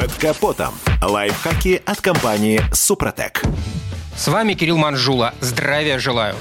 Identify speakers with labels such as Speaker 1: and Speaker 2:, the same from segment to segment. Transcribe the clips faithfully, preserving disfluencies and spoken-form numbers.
Speaker 1: Под капотом. Лайфхаки от компании «Супротек».
Speaker 2: С вами Кирилл Манжула. Здравия желаю.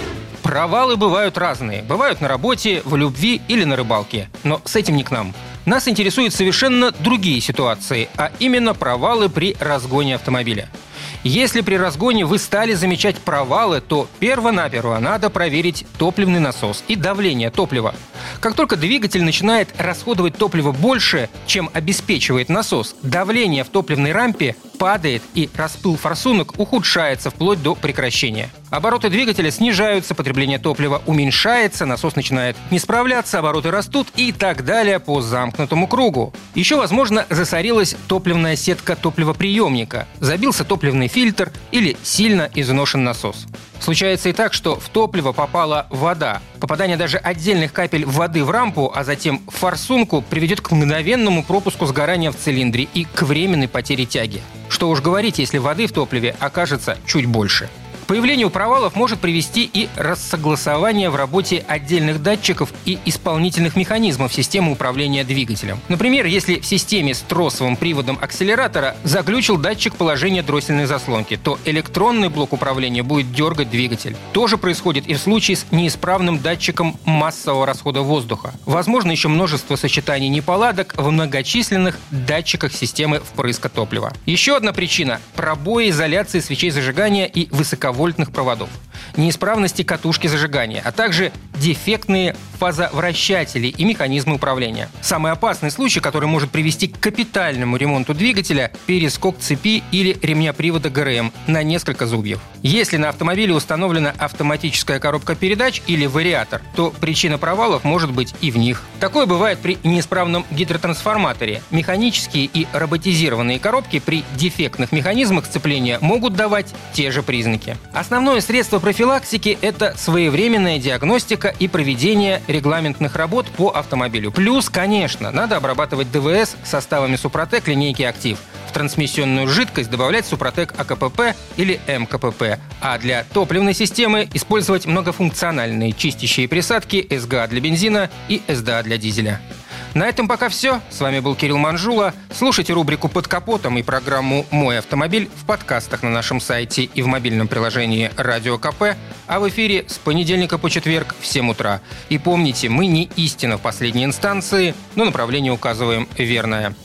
Speaker 2: Провалы бывают разные. Бывают на работе, в любви или на рыбалке. Но с этим не к нам. Нас интересуют совершенно другие ситуации, а именно провалы при разгоне автомобиля. Если при разгоне вы стали замечать провалы, то перво-наперво надо проверить топливный насос и давление топлива. Как только двигатель начинает расходовать топливо больше, чем обеспечивает насос, давление в топливной рампе падает и распыл форсунок ухудшается вплоть до прекращения. Обороты двигателя снижаются, потребление топлива уменьшается, насос начинает не справляться, обороты растут и так далее по замкнутому кругу. Еще, возможно, засорилась топливная сетка топливоприемника, забился топливный фильтр или сильно изношен насос. Случается и так, что в топливо попала вода. Попадание даже отдельных капель воды в рампу, а затем в форсунку приведет к мгновенному пропуску сгорания в цилиндре и к временной потере тяги. Что уж говорить, если воды в топливе окажется чуть больше. К появлению провалов может привести и рассогласование в работе отдельных датчиков и исполнительных механизмов системы управления двигателем. Например, если в системе с тросовым приводом акселератора заглючил датчик положения дроссельной заслонки, то электронный блок управления будет дергать двигатель. То же происходит и в случае с неисправным датчиком массового расхода воздуха. Возможно еще множество сочетаний неполадок в многочисленных датчиках системы впрыска топлива. Еще одна причина – пробои изоляции свечей зажигания и высоковольтных вольтных проводов, неисправности катушки зажигания, а также дефектные фазовращатели и механизмы управления. Самый опасный случай, который может привести к капитальному ремонту двигателя – перескок цепи или ремня привода ГРМ на несколько зубьев. Если на автомобиле установлена автоматическая коробка передач или вариатор, то причина провалов может быть и в них. Такое бывает при неисправном гидротрансформаторе. Механические и роботизированные коробки при дефектных механизмах сцепления могут давать те же признаки. Основное средство профилактики – это своевременная диагностика и проведение регламентных работ по автомобилю. Плюс, конечно, надо обрабатывать ДВС составами Супротек линейки «Актив». В трансмиссионную жидкость добавлять Супротек АКПП или МКПП. А для топливной системы использовать многофункциональные чистящие присадки СГА для бензина и СДА для дизеля. На этом пока все. С вами был Кирилл Манжула. Слушайте рубрику «Под капотом» и программу «Мой автомобиль» в подкастах на нашем сайте и в мобильном приложении «Радио КП», а в эфире с понедельника по четверг в семь утра. И помните, мы не истина в последней инстанции, но направление указываем верное.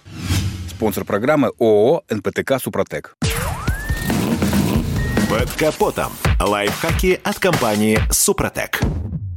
Speaker 3: Спонсор программы ООО «эн пэ тэ ка Супротек».
Speaker 1: Под капотом. Лайфхаки от компании «Супротек».